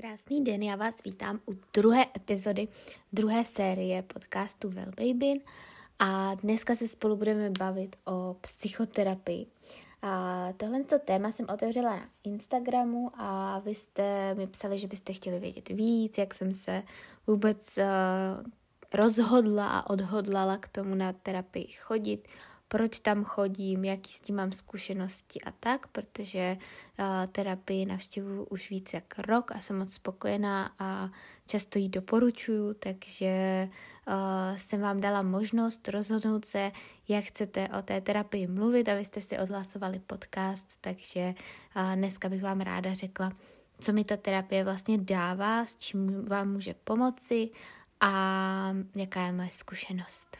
Krásný den, já vás vítám u druhé epizody, druhé série podcastu Wellbaby a dneska se spolu budeme bavit o psychoterapii. A tohle téma jsem otevřela na Instagramu a vy jste mi psali, že byste chtěli vědět víc, jak jsem se vůbec rozhodla a odhodlala k tomu na terapii chodit, proč tam chodím, jaký s tím mám zkušenosti a tak, protože terapii navštěvuju už víc jak rok a jsem moc spokojená a často ji doporučuju, takže jsem vám dala možnost rozhodnout se, jak chcete o té terapii mluvit, abyste si odhlasovali podcast, takže dneska bych vám ráda řekla, co mi ta terapie vlastně dává, s čím vám může pomoci a jaká je moje zkušenost.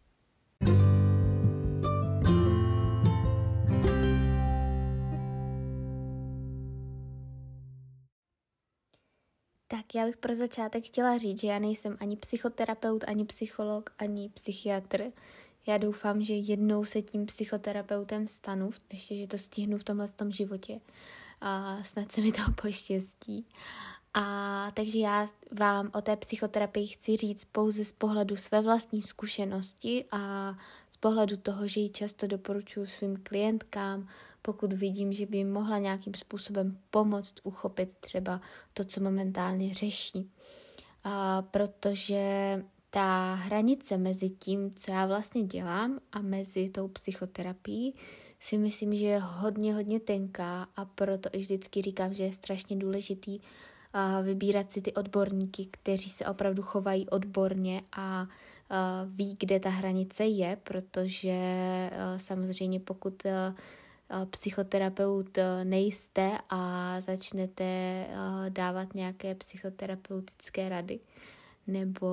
Tak já bych pro začátek chtěla říct, že já nejsem ani psychoterapeut, ani psycholog, ani psychiatr. Já doufám, že jednou se tím psychoterapeutem stanu, ještě, že to stihnu v tomhle životě. A snad se mi to poštěstí. Takže já vám o té psychoterapii chci říct pouze z pohledu své vlastní zkušenosti a z pohledu toho, že ji často doporučuji svým klientkám, pokud vidím, že by jim mohla nějakým způsobem pomoct uchopit třeba to, co momentálně řeší. Protože ta hranice mezi tím, co já vlastně dělám a mezi tou psychoterapií, si myslím, že je hodně tenká a proto i vždycky říkám, že je strašně důležitý vybírat si ty odborníky, kteří se opravdu chovají odborně a ví, kde ta hranice je, protože samozřejmě pokud psychoterapeut nejste a začnete dávat nějaké psychoterapeutické rady nebo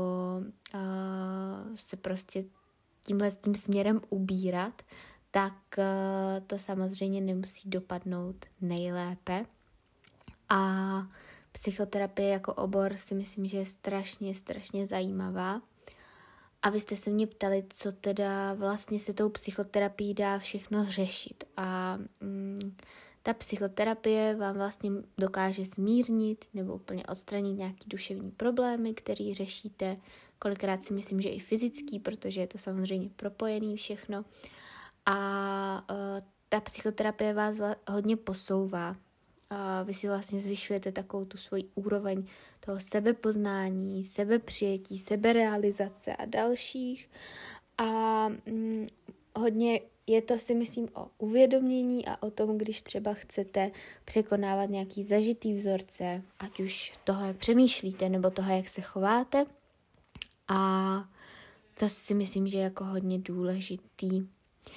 se prostě tím směrem ubírat, tak to samozřejmě nemusí dopadnout nejlépe. A psychoterapie jako obor si myslím, že je strašně zajímavá. A vy jste se mě ptali, co teda vlastně se tou psychoterapií dá všechno řešit. A ta psychoterapie vám vlastně dokáže zmírnit nebo úplně odstranit nějaký duševní problémy, které řešíte. Kolikrát si myslím, že i fyzický, protože je to samozřejmě propojený všechno. A ta psychoterapie vás hodně posouvá. A vy si vlastně zvyšujete takovou tu svoji úroveň toho sebepoznání, sebepřijetí, seberealizace a dalších. A hodně je to, si myslím, o uvědomění a o tom, když třeba chcete překonávat nějaký zažitý vzorce, ať už toho, jak přemýšlíte, nebo toho, jak se chováte. A to si myslím, že je jako hodně důležitý.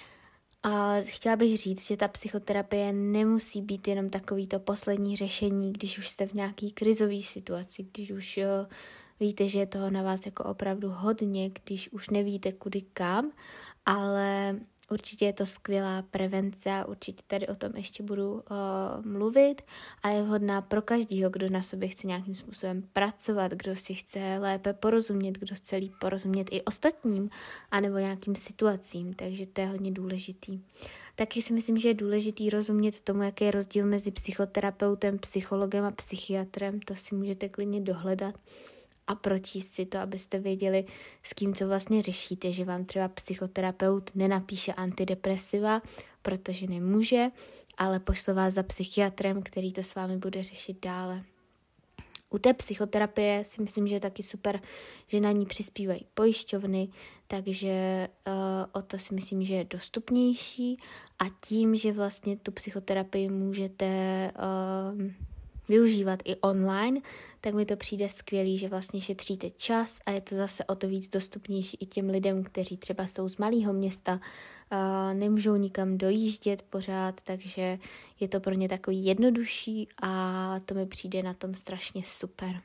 A chtěla bych říct, že ta psychoterapie nemusí být jenom takovýto poslední řešení, když už jste v nějaký krizové situaci, když už víte, že je toho na vás jako opravdu hodně, když už nevíte kudy kam, ale určitě je to skvělá prevence a určitě tady o tom ještě budu mluvit a je vhodná pro každého, kdo na sobě chce nějakým způsobem pracovat, kdo si chce lépe porozumět, kdo chce líp porozumět i ostatním anebo nějakým situacím, takže to je hodně důležitý. Taky si myslím, že je důležitý rozumět tomu, jaký je rozdíl mezi psychoterapeutem, psychologem a psychiatrem, to si můžete klidně dohledat a pročíst si to, abyste věděli, s kým co vlastně řešíte, že vám třeba psychoterapeut nenapíše antidepresiva, protože nemůže, ale pošle vás za psychiatrem, který to s vámi bude řešit dále. U té psychoterapie si myslím, že je taky super, že na ní přispívají pojišťovny, takže o to si myslím, že je dostupnější a tím, že vlastně tu psychoterapii můžete využívat i online, tak mi to přijde skvělý, že vlastně šetříte čas a je to zase o to víc dostupnější i těm lidem, kteří třeba jsou z malého města, nemůžou nikam dojíždět pořád, takže je to pro ně takový jednodušší a to mi přijde na tom strašně super.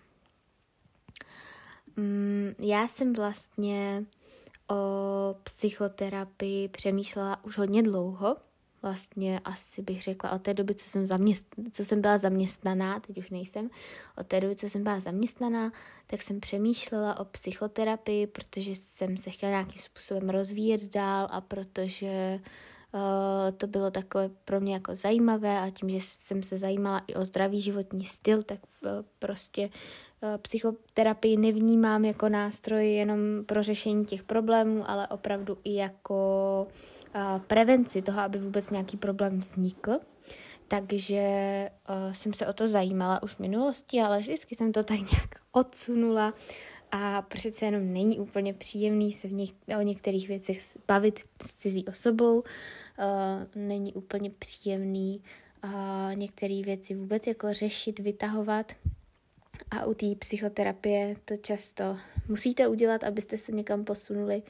Já jsem vlastně o psychoterapii přemýšlela už hodně dlouho, vlastně asi bych řekla od té doby, co jsem byla zaměstnaná, teď už nejsem, od té doby, co jsem byla zaměstnaná, tak jsem přemýšlela o psychoterapii, protože jsem se chtěla nějakým způsobem rozvíjet dál a protože To bylo takové pro mě jako zajímavé a tím, že jsem se zajímala i o zdravý životní styl, tak prostě psychoterapii nevnímám jako nástroj jenom pro řešení těch problémů, ale opravdu i jako prevenci toho, aby vůbec nějaký problém vznikl. Takže jsem se o to zajímala už v minulosti, ale vždycky jsem to tak nějak odsunula a přece jenom není úplně příjemný se o některých věcech bavit s cizí osobou, není úplně příjemný některé věci vůbec jako řešit, vytahovat a u té psychoterapie to často musíte udělat, abyste se někam posunuli.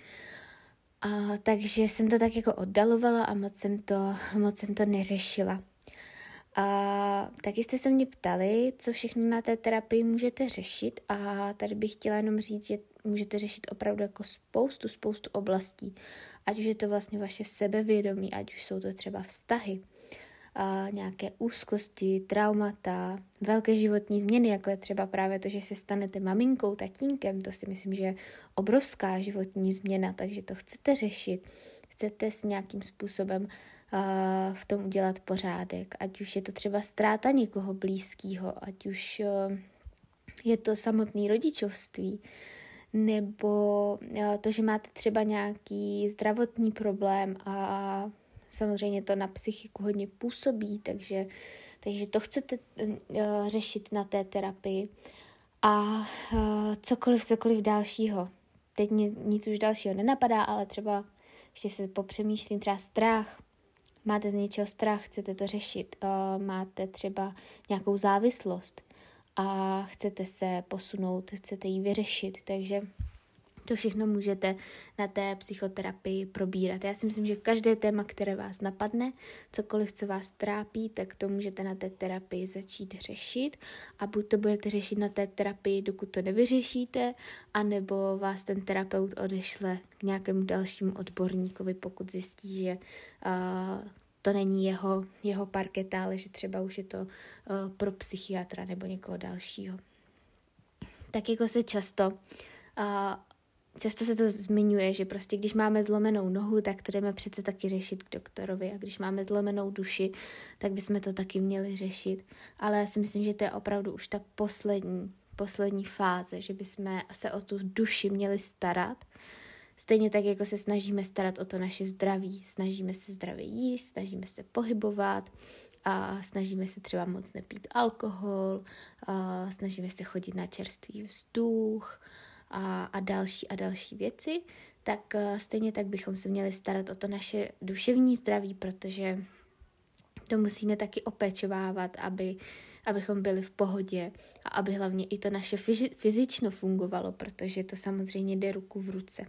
Takže jsem to tak jako oddalovala a moc jsem to neřešila. Taky jste se mě ptali, co všechno na té terapii můžete řešit a tady bych chtěla jenom říct, že můžete řešit opravdu jako spoustu oblastí. Ať už je to vlastně vaše sebevědomí, ať už jsou to třeba vztahy, nějaké úzkosti, traumata, velké životní změny, jako je třeba právě to, že se stanete maminkou, tatínkem, to si myslím, že je obrovská životní změna, takže to chcete řešit, chcete s nějakým způsobem v tom udělat pořádek, ať už je to třeba ztráta někoho blízkého, ať už je to samotné rodičovství, nebo to, že máte třeba nějaký zdravotní problém a samozřejmě to na psychiku hodně působí, takže to chcete řešit na té terapii a cokoliv dalšího. Teď nic už dalšího nenapadá, ale třeba ještě se popřemýšlím, třeba strach. Máte z něčeho strach, chcete to řešit, máte třeba nějakou závislost a chcete se posunout, chcete ji vyřešit, takže to všechno můžete na té psychoterapii probírat. Já si myslím, že každé téma, které vás napadne, cokoliv, co vás trápí, tak to můžete na té terapii začít řešit a buď to budete řešit na té terapii, dokud to nevyřešíte, anebo vás ten terapeut odešle k nějakému dalšímu odborníkovi, pokud zjistí, že to není jeho parketa, ale že třeba už je to pro psychiatra nebo někoho dalšího. Tak jako se často se to zmiňuje, že prostě když máme zlomenou nohu, tak to jdeme přece taky řešit k doktorovi a když máme zlomenou duši, tak bychom to taky měli řešit. Ale já si myslím, že to je opravdu už ta poslední fáze, že bychom se o tu duši měli starat. Stejně tak, jako se snažíme starat o to naše zdraví. Snažíme se zdravě jíst, snažíme se pohybovat a snažíme se třeba moc nepít alkohol, snažíme se chodit na čerstvý vzduch a další věci, tak stejně tak bychom se měli starat o to naše duševní zdraví, protože to musíme taky opečovávat, abychom byli v pohodě a aby hlavně i to naše fyzično fungovalo, protože to samozřejmě jde ruku v ruce.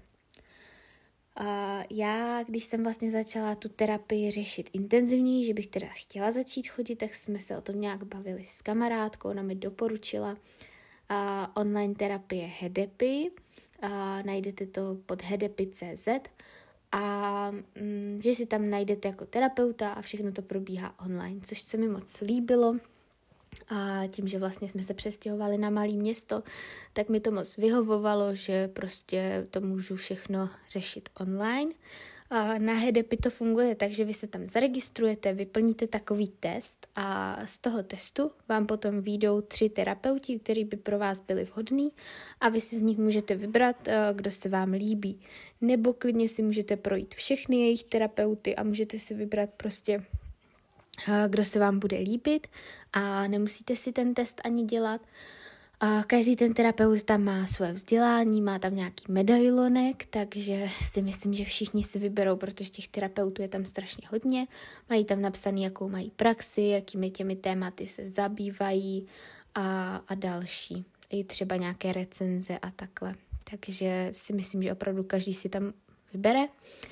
Já, když jsem vlastně začala tu terapii řešit intenzivněji, že bych teda chtěla začít chodit, tak jsme se o tom nějak bavili s kamarádkou, ona mi doporučila online terapie Hedepy, najdete to pod hedepy.cz a že si tam najdete jako terapeuta a všechno to probíhá online, což se mi moc líbilo. A tím, že vlastně jsme se přestěhovali na malé město, tak mi to moc vyhovovalo, že prostě to můžu všechno řešit online. A na Hedepy to funguje tak, že vy se tam zaregistrujete, vyplníte takový test a z toho testu vám potom vyjdou 3 terapeuti, kteří by pro vás byli vhodní a vy si z nich můžete vybrat, kdo se vám líbí. Nebo klidně si můžete projít všechny jejich terapeuty a můžete si vybrat prostě kdo se vám bude líbit a nemusíte si ten test ani dělat. Každý ten terapeut tam má svoje vzdělání, má tam nějaký medailonek, takže si myslím, že všichni si vyberou, protože těch terapeutů je tam strašně hodně. Mají tam napsaný, jakou mají praxi, jakými těmi tématy se zabývají a další. I třeba nějaké recenze a takhle. Takže si myslím, že opravdu každý si tam vybere.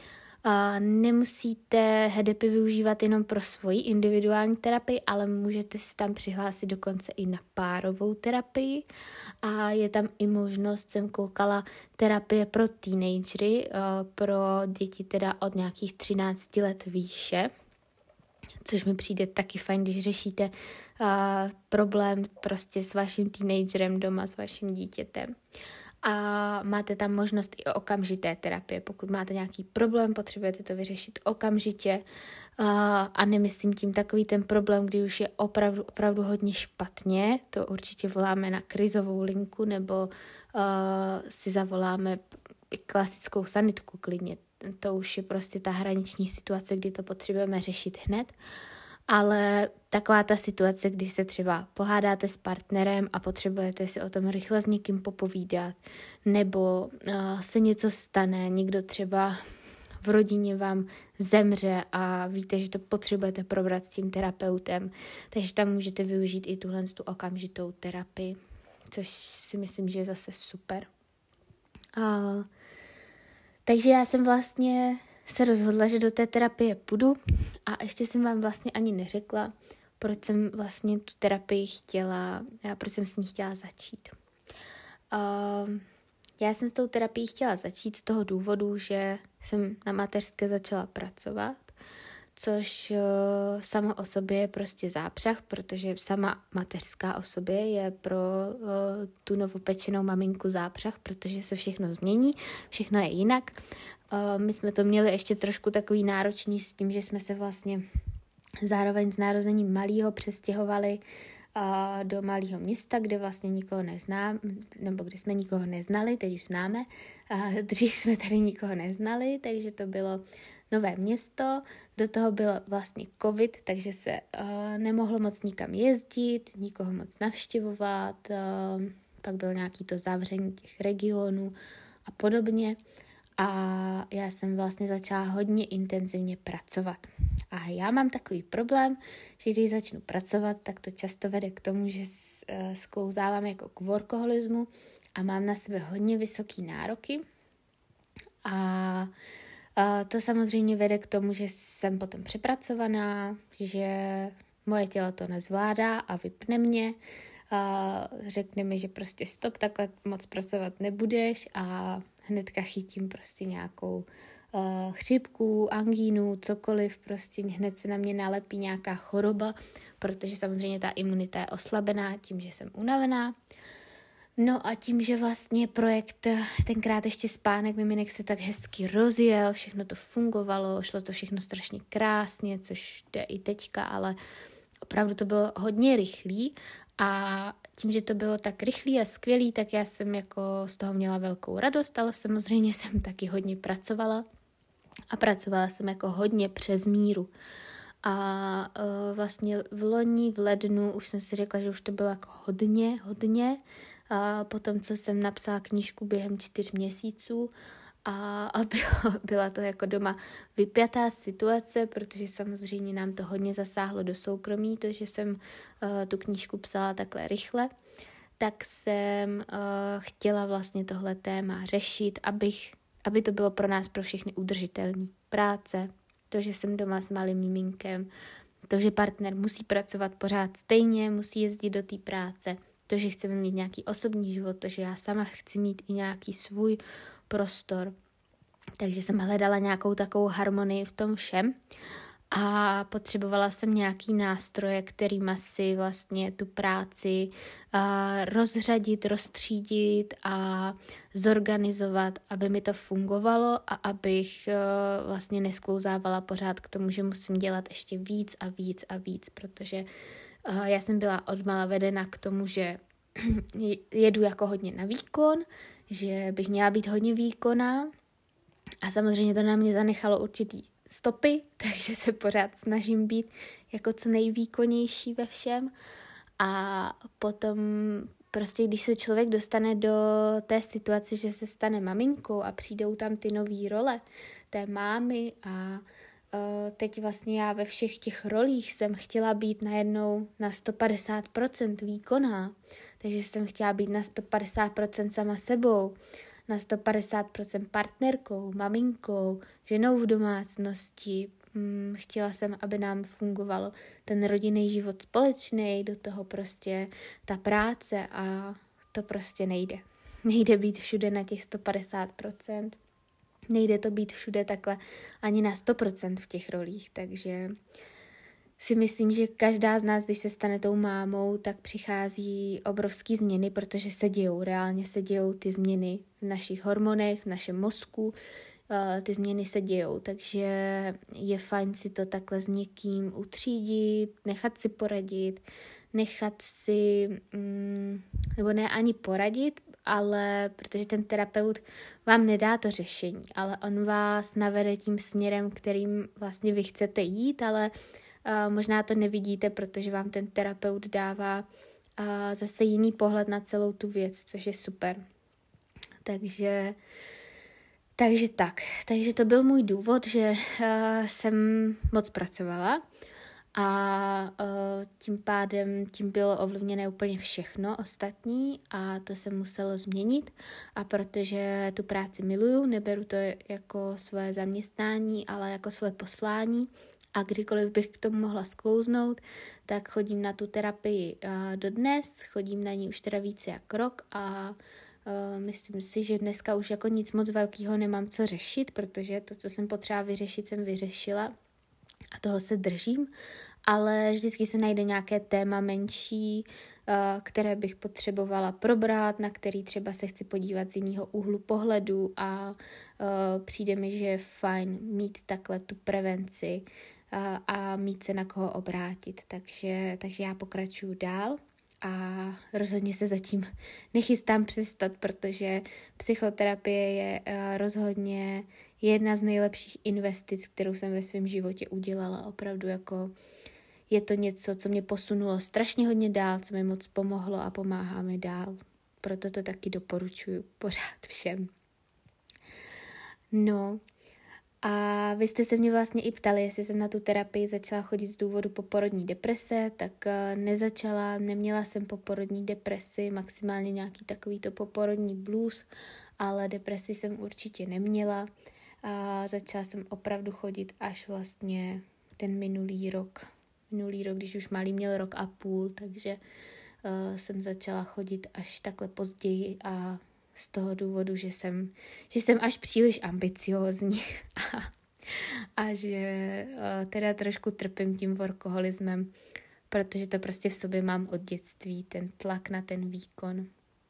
Nemusíte Hedepy využívat jenom pro svoji individuální terapii, ale můžete si tam přihlásit dokonce i na párovou terapii a je tam i možnost, jsem koukala, terapie pro teenagery, pro děti teda od nějakých 13 let výše, což mi přijde taky fajn, když řešíte problém prostě s vaším teenagerem doma, s vaším dítětem. a máte tam možnost i okamžité terapie. Pokud máte nějaký problém, potřebujete to vyřešit okamžitě a nemyslím tím takový ten problém, kdy už je opravdu hodně špatně, to určitě voláme na krizovou linku nebo si zavoláme klasickou sanitku klidně. To už je prostě ta hraniční situace, kdy to potřebujeme řešit hned. Ale taková ta situace, kdy se třeba pohádáte s partnerem a potřebujete si o tom rychle s někým popovídat, nebo se něco stane, někdo třeba v rodině vám zemře a víte, že to potřebujete probrat s tím terapeutem, takže tam můžete využít i tu okamžitou terapii, což si myslím, že je zase super. Takže já jsem vlastně se rozhodla, že do té terapie půjdu a ještě jsem vám vlastně ani neřekla, proč jsem vlastně tu terapii proč jsem s ní chtěla začít. Já jsem s tou terapií chtěla začít z toho důvodu, že jsem na mateřské začala pracovat, což samo o sobě je prostě zápřah, protože sama mateřská o sobě je pro tu novopečenou maminku zápřah, protože se všechno změní, všechno je jinak. My jsme to měli ještě trošku takový náročný s tím, že jsme se vlastně zároveň s narozením malého přestěhovali do malého města, kde vlastně nikoho neznám, nebo kde jsme nikoho neznali, teď už známe. Dřív jsme tady nikoho neznali, takže to bylo nové město, do toho byl vlastně covid, takže se nemohlo moc nikam jezdit, nikoho moc navštěvovat, pak bylo nějaký to zavření těch regionů a podobně. A já jsem vlastně začala hodně intenzivně pracovat. A já mám takový problém, že když začnu pracovat, tak to často vede k tomu, že sklouzávám jako k workoholismu a mám na sebe hodně vysoký nároky. A to samozřejmě vede k tomu, že jsem potom přepracovaná, že moje tělo to nezvládá a vypne mě. Řekne mi, že prostě stop, takhle moc pracovat nebudeš a hnedka chytím prostě nějakou chřipku, angínu, cokoliv, prostě hned se na mě nalepí nějaká choroba, protože samozřejmě ta imunita je oslabená tím, že jsem unavená. No a tím, že vlastně projekt, tenkrát ještě Spánek miminek se tak hezky rozjel, všechno to fungovalo, šlo to všechno strašně krásně, což jde i teďka, ale opravdu to bylo hodně rychlý a tím, že to bylo tak rychlý a skvělý, tak já jsem jako z toho měla velkou radost, ale samozřejmě jsem taky hodně pracovala a pracovala jsem jako hodně přes míru. A vlastně v lednu už jsem si řekla, že už to bylo jako hodně. A potom, co jsem napsala knížku během 4 měsíců a byla to jako doma vypjatá situace, protože samozřejmě nám to hodně zasáhlo do soukromí, to, že jsem tu knížku psala takhle rychle, tak jsem chtěla vlastně tohle téma řešit, aby to bylo pro nás, pro všechny udržitelný. Práce, to, že jsem doma s malým miminkem, to, že partner musí pracovat pořád stejně, musí jezdit do té práce, to, že chceme mít nějaký osobní život, to, že já sama chci mít i nějaký svůj prostor. Takže jsem hledala nějakou takovou harmonii v tom všem a potřebovala jsem nějaký nástroje, kterýma si vlastně tu práci rozřadit, rozstřídit a zorganizovat, aby mi to fungovalo a abych vlastně nesklouzávala pořád k tomu, že musím dělat ještě víc, protože já jsem byla odmala vedena k tomu, že jedu jako hodně na výkon, že bych měla být hodně výkonná a samozřejmě to na mě zanechalo určitý stopy, takže se pořád snažím být jako co nejvýkonnější ve všem a potom prostě, když se člověk dostane do té situace, že se stane maminkou a přijdou tam ty nový role té mámy a teď vlastně já ve všech těch rolích jsem chtěla být najednou na 150% výkonná, takže jsem chtěla být na 150% sama sebou, na 150% partnerkou, maminkou, ženou v domácnosti. Chtěla jsem, aby nám fungovalo ten rodinný život společný, do toho prostě ta práce a to prostě nejde. Nejde být všude na těch 150%. Nejde to být všude takhle ani na 100% v těch rolích, takže si myslím, že každá z nás, když se stane tou mámou, tak přichází obrovský změny, protože reálně se dějou ty změny v našich hormonech, v našem mozku, ty změny se dějou, takže je fajn si to takhle s někým utřídit, nechat si poradit, nechat si, nebo ne ani poradit, ale protože ten terapeut vám nedá to řešení, ale on vás navede tím směrem, kterým vlastně vy chcete jít, ale možná to nevidíte, protože vám ten terapeut dává zase jiný pohled na celou tu věc, což je super. Takže to byl můj důvod, že jsem moc pracovala a tím pádem tím bylo ovlivněné úplně všechno ostatní a to se muselo změnit a protože tu práci miluju, neberu to jako svoje zaměstnání, ale jako svoje poslání a kdykoliv bych k tomu mohla sklouznout, tak chodím na tu terapii dodnes, chodím na ní už teda více jak rok a myslím si, že dneska už jako nic moc velkého nemám co řešit, protože to, co jsem potřeba vyřešit, jsem vyřešila a toho se držím, ale vždycky se najde nějaké téma menší, které bych potřebovala probrat, na který třeba se chci podívat z jiného úhlu pohledu a přijde mi, že je fajn mít takhle tu prevenci a mít se na koho obrátit. Takže já pokračuju dál. A rozhodně se zatím nechystám přestat, protože psychoterapie je rozhodně jedna z nejlepších investic, kterou jsem ve svém životě udělala. Opravdu jako je to něco, co mě posunulo strašně hodně dál, co mi moc pomohlo a pomáhá mi dál. Proto to taky doporučuji pořád všem. No a vy jste se mě vlastně i ptali, jestli jsem na tu terapii začala chodit z důvodu poporodní deprese, tak nezačala, neměla jsem poporodní depresi, maximálně nějaký takovýto poporodní blues, ale depresi jsem určitě neměla a začala jsem opravdu chodit až vlastně ten minulý rok, když už malý měl 1,5 roku, takže jsem začala chodit až takhle později a z toho důvodu, že jsem až příliš ambiciózní a že teda trošku trpím tím workoholismem, protože to prostě v sobě mám od dětství, ten tlak na ten výkon.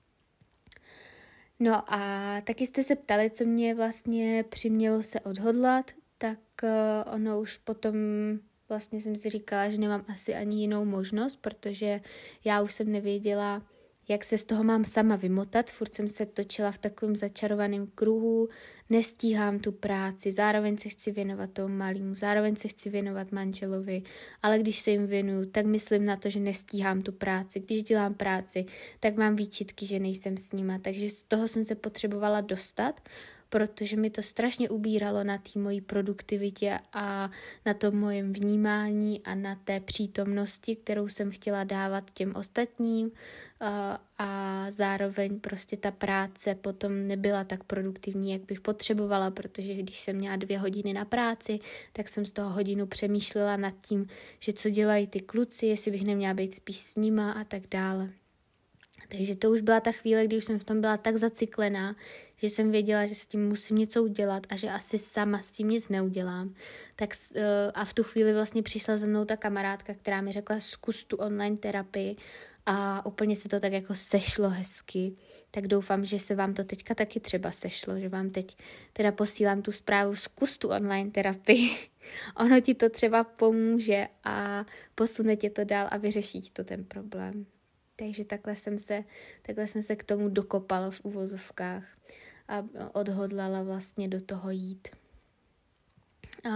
No a taky jste se ptali, co mě vlastně přimělo se odhodlat, tak ono už potom vlastně jsem si říkala, že nemám asi ani jinou možnost, protože já už jsem nevěděla, jak se z toho mám sama vymotat, furt jsem se točila v takovém začarovaném kruhu, nestíhám tu práci, zároveň se chci věnovat tomu malému, zároveň se chci věnovat manželovi, ale když se jim věnuju, tak myslím na to, že nestíhám tu práci. Když dělám práci, tak mám výčitky, že nejsem s nima, takže z toho jsem se potřebovala dostat, protože mi to strašně ubíralo na té mojí produktivitě a na tom mojem vnímání a na té přítomnosti, kterou jsem chtěla dávat těm ostatním a zároveň prostě ta práce potom nebyla tak produktivní, jak bych potřebovala, protože když jsem měla 2 hodiny na práci, tak jsem z toho hodinu přemýšlela nad tím, že co dělají ty kluci, jestli bych neměla být spíš s nima a tak dále. Takže to už byla ta chvíle, kdy už jsem v tom byla tak zaciklená, že jsem věděla, že s tím musím něco udělat a že asi sama s tím nic neudělám. A v tu chvíli vlastně přišla za mnou ta kamarádka, která mi řekla, zkus tu online terapii a úplně se to tak jako sešlo hezky. Tak doufám, že se vám to teďka taky třeba sešlo, že vám teď teda posílám tu zprávu, zkus tu online terapii. Ono ti to třeba pomůže a posune tě to dál a vyřeší ti to ten problém. Takže takhle jsem se k tomu dokopala v uvozovkách a odhodlala vlastně do toho jít. A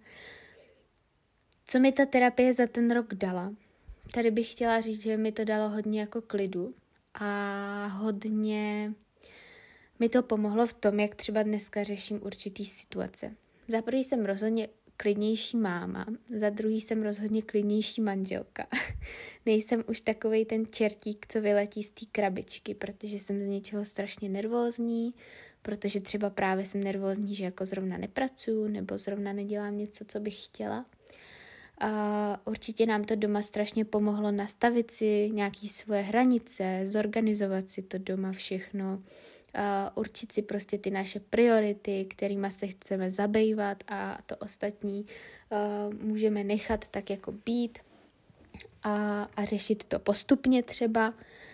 co mi ta terapie za ten rok dala? Tady bych chtěla říct, že mi to dalo hodně jako klidu a hodně mi to pomohlo v tom, jak třeba dneska řeším určitý situace. Za prvý jsem rozhodně klidnější máma, za druhý jsem rozhodně klidnější manželka. Nejsem už takovej ten čertík, co vyletí z té krabičky, protože jsem z něčeho strašně nervózní, protože třeba právě jsem nervózní, že jako zrovna nepracuju nebo zrovna nedělám něco, co bych chtěla. A určitě nám to doma strašně pomohlo nastavit si nějaké svoje hranice, zorganizovat si to doma všechno určit si prostě ty naše priority, kterými se chceme zabývat a to ostatní můžeme nechat tak jako být a řešit to postupně třeba.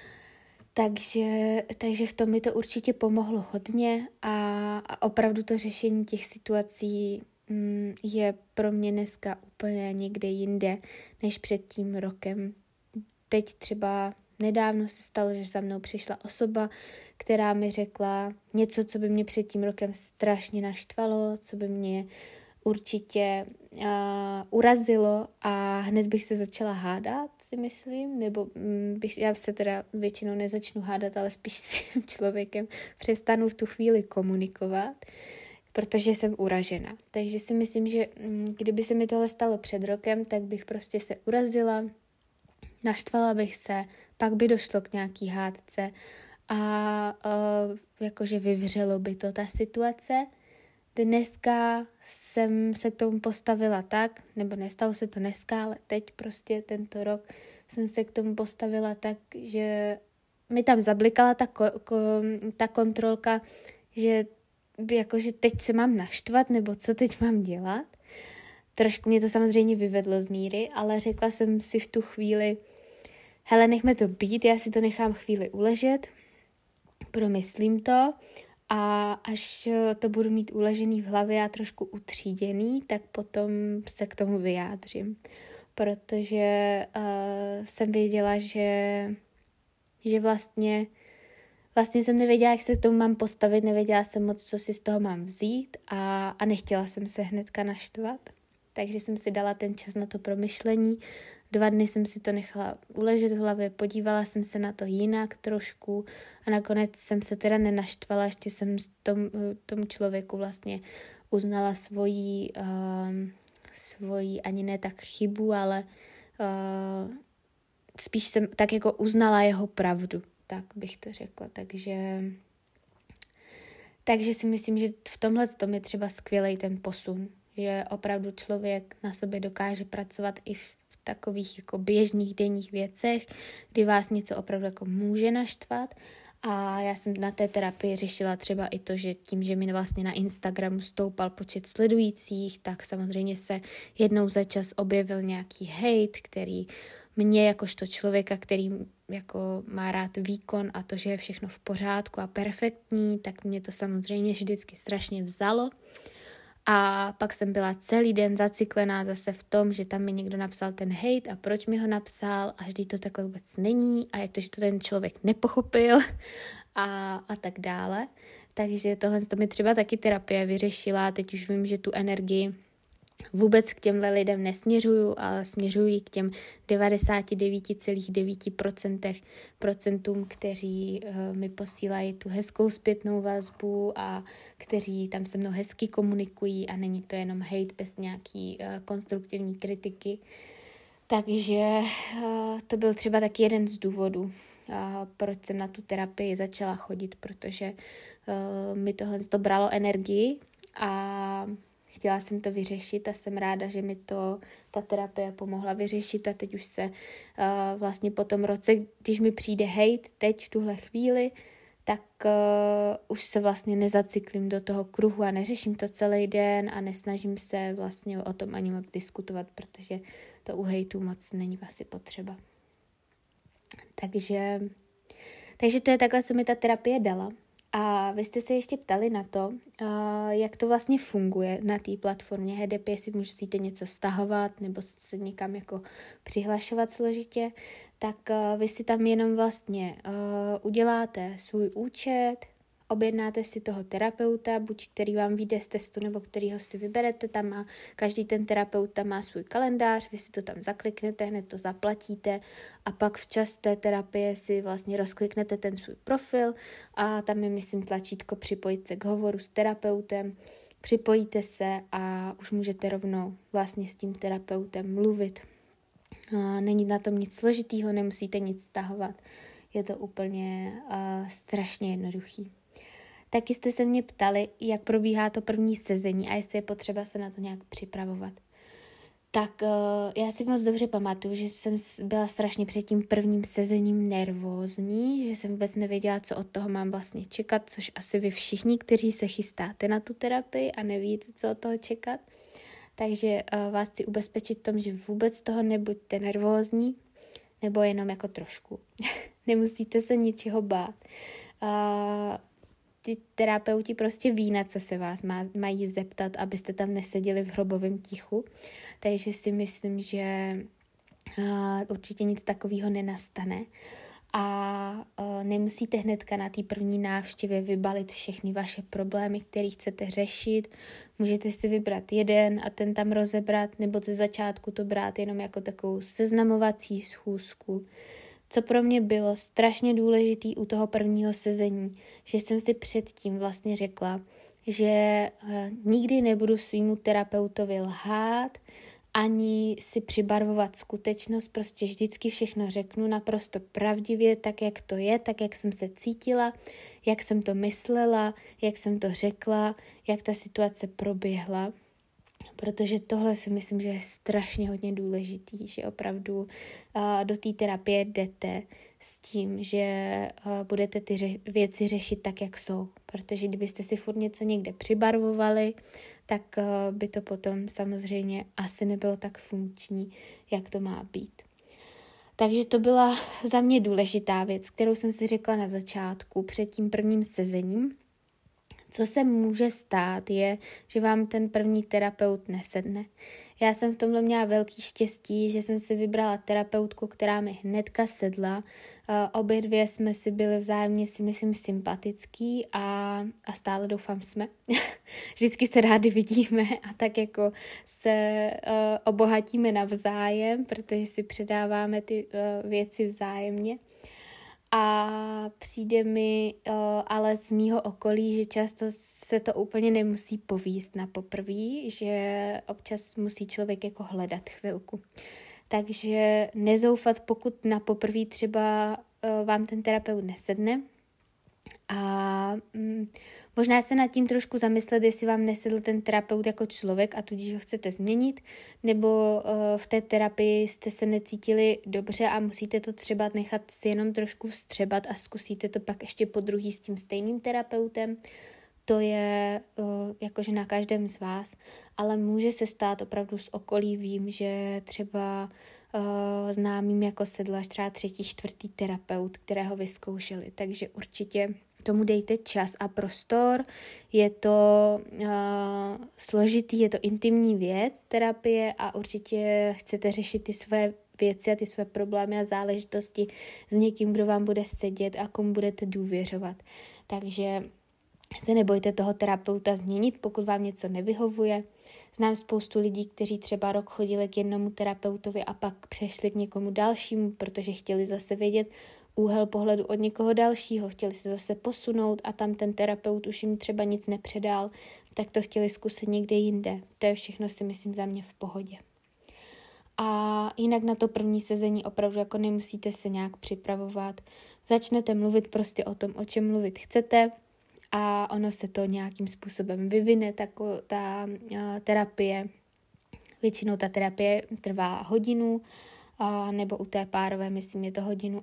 Takže v tom mi to určitě pomohlo hodně a opravdu to řešení těch situací je pro mě dneska úplně někde jinde než před tím rokem. Teď třeba nedávno se stalo, že za mnou přišla osoba, která mi řekla něco, co by mě před tím rokem strašně naštvalo, co by mě určitě urazilo a hned bych se začala hádat, si myslím, nebo já se teda většinou nezačnu hádat, ale spíš s tím člověkem přestanu v tu chvíli komunikovat, protože jsem uražena. Takže si myslím, že kdyby se mi tohle stalo před rokem, tak bych prostě se urazila, naštvala bych se, pak by došlo k nějaký hádce a jakože vyvřelo by to ta situace. Dneska jsem se k tomu postavila tak, nebo nestalo se to dneska, ale teď prostě tento rok jsem se k tomu postavila tak, že mi tam zablikala ta kontrolka, že jakože teď se mám naštvat, nebo co teď mám dělat. Trošku mě to samozřejmě vyvedlo z míry, ale řekla jsem si v tu chvíli, hele, nechme to být, já si to nechám chvíli uležet, promyslím to a až to budu mít uležený v hlavě a trošku utříděný, tak potom se k tomu vyjádřím. Protože jsem věděla, že vlastně jsem nevěděla, jak se k tomu mám postavit, nevěděla jsem moc, co si z toho mám vzít a nechtěla jsem se hnedka naštvat. Takže jsem si dala ten čas na to promyšlení. 2 dny jsem si to nechala uležet v hlavě, podívala jsem se na to jinak trošku a nakonec jsem se teda nenaštvala, ještě jsem tomu člověku vlastně uznala svoji ani ne tak chybu, ale spíš jsem tak jako uznala jeho pravdu, tak bych to řekla. Takže si myslím, že v tomhle tom je třeba skvělej ten posun, že opravdu člověk na sobě dokáže pracovat i v takových jako běžných denních věcech, kdy vás něco opravdu jako může naštvat. A já jsem na té terapii řešila třeba i to, že tím, že mi vlastně na Instagramu stoupal počet sledujících, tak samozřejmě se jednou za čas objevil nějaký hejt, který mě jakožto člověka, který jako má rád výkon a to, že je všechno v pořádku a perfektní, tak mě to samozřejmě vždycky strašně vzalo. A pak jsem byla celý den zacyklená zase v tom, že tam mi někdo napsal ten hejt a proč mi ho napsal a vždy to takhle vůbec není a jak to, že to ten člověk nepochopil a tak dále. Takže tohle to mi třeba taky terapie vyřešila. Teď už vím, že tu energii vůbec k těmhle lidem nesměřuju, ale směřuji k těm 99,9%, kteří mi posílají tu hezkou zpětnou vazbu a kteří tam se mnou hezky komunikují a není to jenom hejt bez nějaký konstruktivní kritiky. Takže to byl třeba taky jeden z důvodů, proč jsem na tu terapii začala chodit, protože mi tohle bralo energii a chtěla jsem to vyřešit a jsem ráda, že mi to ta terapie pomohla vyřešit a teď už se vlastně po tom roce, když mi přijde hejt teď v tuhle chvíli, tak už se vlastně nezacyklím do toho kruhu a neřeším to celý den a nesnažím se vlastně o tom ani moc diskutovat, protože to u hejtu moc není asi potřeba. Takže to je takhle, co mi ta terapie dala. A vy jste se ještě ptali na to, jak to vlastně funguje na té platformě HDP, jestli musíte něco stahovat nebo se někam jako přihlašovat složitě, tak vy si tam jenom vlastně uděláte svůj účet, objednáte si toho terapeuta, buď který vám vyjde z testu, nebo kterýho si vyberete, tam má, každý ten terapeut tam má svůj kalendář, vy si to tam zakliknete, hned to zaplatíte a pak včas té terapie si vlastně rozkliknete ten svůj profil a tam je, myslím, tlačítko připojit se k hovoru s terapeutem, připojíte se a už můžete rovnou vlastně s tím terapeutem mluvit. Není na tom nic složitýho, nemusíte nic stahovat, je to úplně strašně jednoduchý. Taky jste se mě ptali, jak probíhá to první sezení a jestli je potřeba se na to nějak připravovat. Tak já si moc dobře pamatuju, že jsem byla strašně před tím prvním sezením nervózní, že jsem vůbec nevěděla, co od toho mám vlastně čekat, což asi vy všichni, kteří se chystáte na tu terapii a nevíte, co od toho čekat. Takže vás chci ubezpečit v tom, že vůbec toho nebuďte nervózní, nebo jenom jako trošku. Nemusíte se ničeho bát. Ty terapeuti prostě ví, na co se vás mají zeptat, abyste tam neseděli v hrobovém tichu. Takže si myslím, že určitě nic takového nenastane. A nemusíte hnedka na té první návštěvě vybalit všechny vaše problémy, které chcete řešit. Můžete si vybrat jeden a ten tam rozebrat, nebo ze začátku to brát jenom jako takovou seznamovací schůzku. Co pro mě bylo strašně důležitý u toho prvního sezení, že jsem si předtím vlastně řekla, že nikdy nebudu svýmu terapeutovi lhát, ani si přibarvovat skutečnost, prostě vždycky všechno řeknu naprosto pravdivě, tak jak to je, tak jak jsem se cítila, jak jsem to myslela, jak jsem to řekla, jak ta situace proběhla. Protože tohle si myslím, že je strašně hodně důležitý, že opravdu do té terapie jdete s tím, že budete ty věci řešit tak, jak jsou. Protože kdybyste si furt něco někde přibarvovali, tak by to potom samozřejmě asi nebylo tak funkční, jak to má být. Takže to byla za mě důležitá věc, kterou jsem si řekla na začátku před tím prvním sezením. Co se může stát je, že vám ten první terapeut nesedne. Já jsem v tomhle měla velký štěstí, že jsem si vybrala terapeutku, která mi hnedka sedla. Obě dvě jsme si byli vzájemně, si myslím, sympatický a stále doufám jsme. Vždycky se rádi vidíme a tak jako se obohatíme navzájem, protože si předáváme ty věci vzájemně. A přijde mi ale z mýho okolí, že často se to úplně nemusí povíst na poprví, že občas musí člověk jako hledat chvilku. Takže nezoufat, pokud na poprví třeba vám ten terapeut nesedne. A možná se nad tím trošku zamyslet, jestli vám nesedl ten terapeut jako člověk a tudíž ho chcete změnit, nebo v té terapii jste se necítili dobře a musíte to třeba nechat si jenom trošku vstřebat a zkusíte to pak ještě podruhý s tím stejným terapeutem. To je jakože na každém z vás, ale může se stát opravdu z okolí. Vím, že třeba známým jako sedl až třeba 3., 4. terapeut, kterého vyzkoušeli, takže určitě tomu dejte čas a prostor. Je to složitý, je to intimní věc, terapie, a určitě chcete řešit ty své věci a ty své problémy a záležitosti s někým, kdo vám bude sedět a komu budete důvěřovat. Takže se nebojte toho terapeuta změnit, pokud vám něco nevyhovuje. Znám spoustu lidí, kteří třeba rok chodili k jednomu terapeutovi a pak přešli k někomu dalšímu, protože chtěli zase vědět úhel pohledu od někoho dalšího, chtěli se zase posunout a tam ten terapeut už jim třeba nic nepředal, tak to chtěli zkusit někde jinde. To je všechno, si myslím, za mě v pohodě. A jinak na to první sezení opravdu jako nemusíte se nějak připravovat. Začnete mluvit prostě o tom, o čem mluvit chcete, a ono se to nějakým způsobem vyvine, ta terapie. Většinou ta terapie trvá hodinu, nebo u té párové, myslím, je to 1,5 hodiny.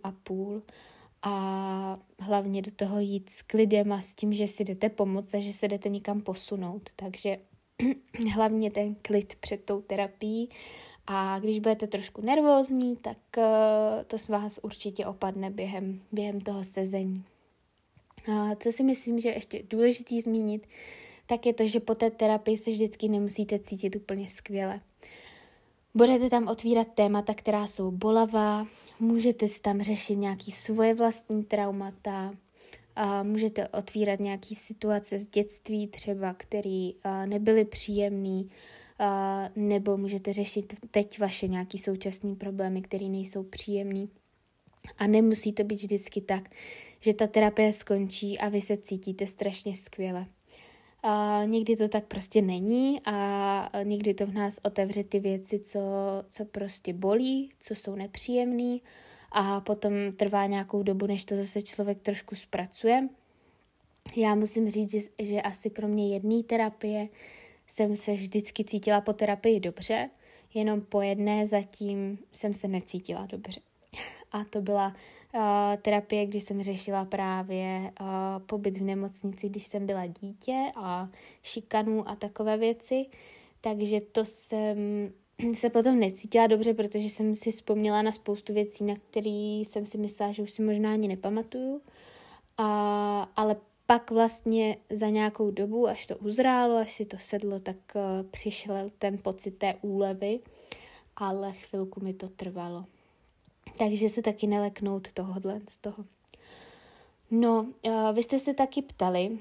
A hlavně do toho jít s klidem a s tím, že si jdete pomoct a že se jdete někam posunout. Takže hlavně ten klid před tou terapií. A když budete trošku nervózní, tak to z vás určitě opadne během toho sezení. Co si myslím, že ještě důležitý zmínit, tak je to, že po té terapii se vždycky nemusíte cítit úplně skvěle. Budete tam otvírat témata, která jsou bolavá, můžete si tam řešit nějaké svoje vlastní traumata, můžete otvírat nějaké situace z dětství třeba, které nebyly příjemné, nebo můžete řešit teď vaše nějaké současné problémy, které nejsou příjemné. A nemusí to být vždycky tak, že ta terapie skončí a vy se cítíte strašně skvěle. Někdy to tak prostě není a někdy to v nás otevře ty věci, co prostě bolí, co jsou nepříjemné, a potom trvá nějakou dobu, než to zase člověk trošku zpracuje. Já musím říct, že asi kromě jedné terapie jsem se vždycky cítila po terapii dobře. jenom po jedné zatím jsem se necítila dobře. A to byla terapie, kdy jsem řešila právě pobyt v nemocnici, když jsem byla dítě a šikanu a takové věci. Takže to jsem se potom necítila dobře, protože jsem si vzpomněla na spoustu věcí, na které jsem si myslela, že už si možná ani nepamatuju. Ale pak vlastně za nějakou dobu, až to uzrálo, až si to sedlo, tak přišel ten pocit té úlevy, ale chvilku mi to trvalo. Takže se taky neleknout tohodle z toho. No, vy jste se taky ptali,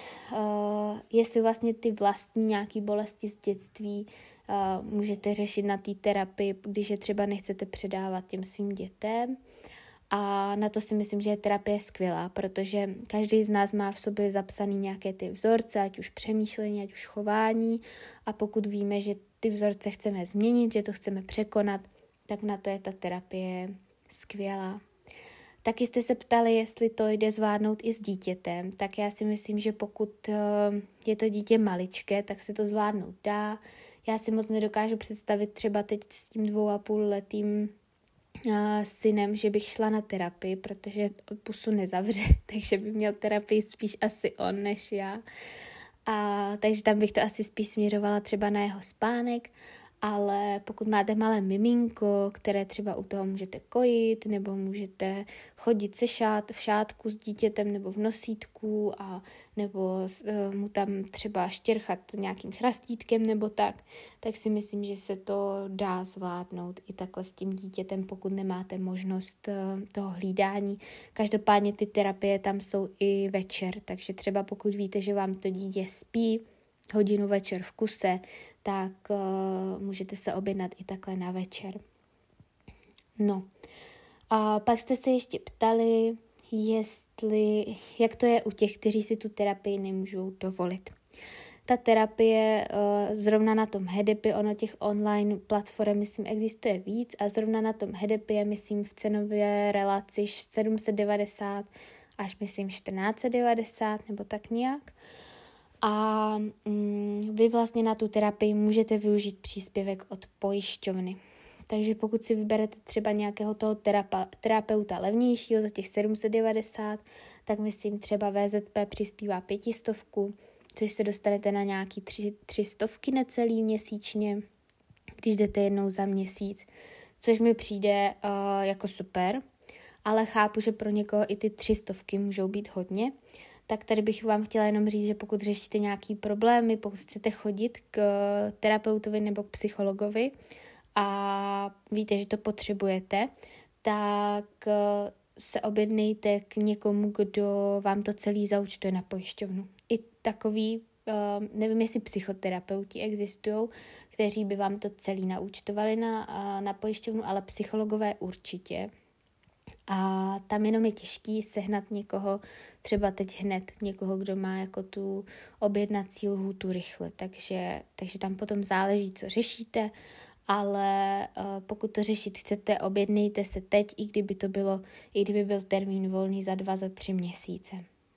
jestli vlastně ty vlastní nějaký bolesti z dětství můžete řešit na té terapii, když je třeba nechcete předávat těm svým dětem. A na to si myslím, že je terapie skvělá, protože každý z nás má v sobě zapsaný nějaké ty vzorce, ať už přemýšlení, ať už chování. A pokud víme, že ty vzorce chceme změnit, že to chceme překonat, tak na to je ta terapie skvělá. Taky jste se ptali, jestli to jde zvládnout i s dítětem, tak já si myslím, že pokud je to dítě maličké, tak se to zvládnout dá. Já si moc nedokážu představit třeba teď s tím 2,5letým synem, že bych šla na terapii, protože pusu nezavře, takže by měl terapii spíš asi on než já. Takže tam bych to asi spíš směřovala třeba na jeho spánek, ale pokud máte malé miminko, které třeba u toho můžete kojit, nebo můžete chodit v šátku s dítětem nebo v nosítku, nebo mu tam třeba štěrchat nějakým chrastítkem nebo tak si myslím, že se to dá zvládnout i takhle s tím dítětem, pokud nemáte možnost toho hlídání. Každopádně ty terapie tam jsou i večer, takže třeba pokud víte, že vám to dítě spí hodinu večer v kuse, tak můžete se objednat i takhle na večer. No. A pak jste se ještě ptali, jak to je u těch, kteří si tu terapii nemůžou dovolit. Ta terapie zrovna na tom Hedepy, ono těch online platform, myslím, existuje víc a zrovna na tom Hedepy je, myslím, v cenové relaci 790 až, myslím, 1490 nebo tak nějak. A vy vlastně na tu terapii můžete využít příspěvek od pojišťovny. Takže pokud si vyberete třeba nějakého toho terapeuta levnějšího za těch 790, tak myslím třeba VZP přispívá 500, což se dostanete na nějaký 300 necelý měsíčně, když jdete jednou za měsíc, což mi přijde jako super, ale chápu, že pro někoho i ty 300 můžou být hodně. Tak tady bych vám chtěla jenom říct, že pokud řešíte nějaký problémy, pokud chcete chodit k terapeutovi nebo k psychologovi a víte, že to potřebujete, tak se objednejte k někomu, kdo vám to celý zaúčtuje na pojišťovnu. I takový, nevím, jestli psychoterapeuti existují, kteří by vám to celý naúčtovali na pojišťovnu, ale psychologové určitě. A tam jenom je těžký sehnat někoho, třeba teď hned někoho, kdo má jako tu objednací lhůtu rychle, takže tam potom záleží, co řešíte, ale pokud to řešit chcete, objednejte se teď, i kdyby byl termín volný za 2, za 3 měsíce.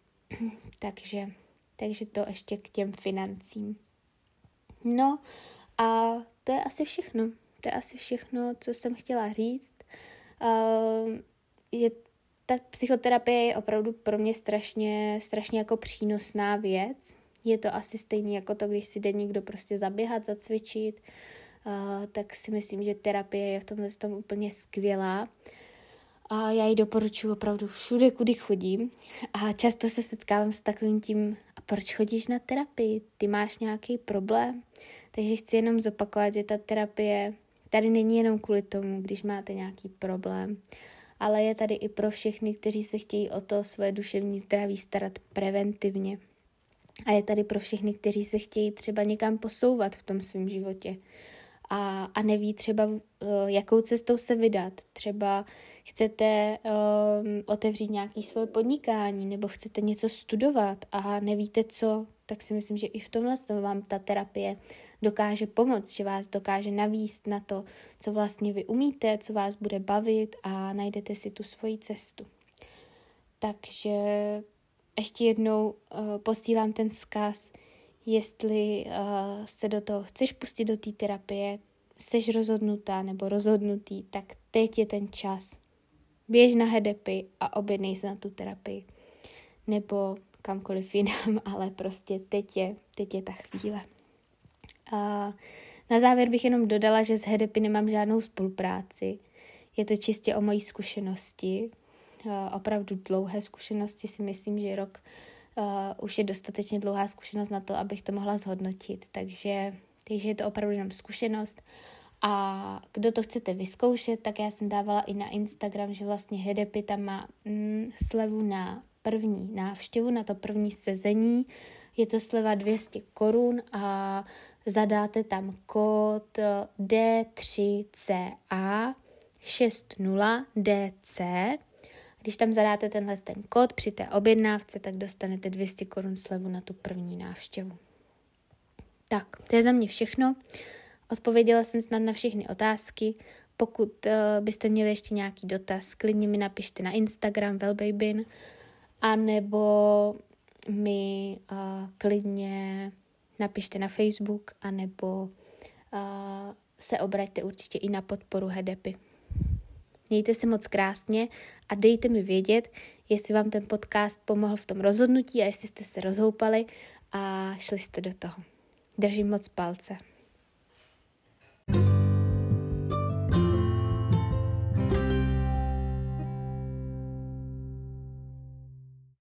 takže to ještě k těm financím. No a to je asi všechno. To je asi všechno, co jsem chtěla říct. Ta psychoterapie je opravdu pro mě strašně jako přínosná věc. Je to asi stejný jako to, když si jde někdo prostě zaběhat, zacvičit, tak si myslím, že terapie je v tomhle tom úplně skvělá. A já ji doporučuji opravdu všude, kudy chodím. A často se setkávám s takovým tím, a proč chodíš na terapii? Ty máš nějaký problém? Takže chci jenom zopakovat, že ta terapie tady není jenom kvůli tomu, když máte nějaký problém, ale je tady i pro všechny, kteří se chtějí o to svoje duševní zdraví starat preventivně. A je tady pro všechny, kteří se chtějí třeba někam posouvat v tom svém životě a neví třeba, jakou cestou se vydat. Třeba chcete otevřít nějaké svoje podnikání nebo chcete něco studovat a nevíte co, tak si myslím, že i v tomhle vám ta terapie dokáže pomoct, že vás dokáže navést na to, co vlastně vy umíte, co vás bude bavit a najdete si tu svoji cestu. Takže ještě jednou posílám ten vzkaz, jestli se do toho chceš pustit do té terapie, seš rozhodnutá nebo rozhodnutý, tak teď je ten čas. Běž na HEDEPy a objednej se na tu terapii. Nebo kamkoliv jinam, ale prostě teď je ta chvíle. A na závěr bych jenom dodala, že s HEDEPy nemám žádnou spolupráci. Je to čistě o mojí zkušenosti. Opravdu dlouhé zkušenosti, si myslím, že rok už je dostatečně dlouhá zkušenost na to, abych to mohla zhodnotit. Takže je to opravdu jenom zkušenost. A kdo to chcete vyzkoušet, tak já jsem dávala i na Instagram, že vlastně HEDEPy tam má slevu na první návštěvu, na to první sezení. Je to sleva 200 korun a zadáte tam kód D3CA 60DC. Když tam zadáte ten kód při té objednávce, tak dostanete 200 korun slevu na tu první návštěvu. Tak, to je za mě všechno. Odpověděla jsem snad na všechny otázky. Pokud byste měli ještě nějaký dotaz, klidně mi napište na Instagram wellbabyn, anebo mi klidně napište na Facebook, anebo se obraťte určitě i na podporu HEDEPy. Mějte se moc krásně a dejte mi vědět, jestli vám ten podcast pomohl v tom rozhodnutí a jestli jste se rozhoupali a šli jste do toho. Držím moc palce.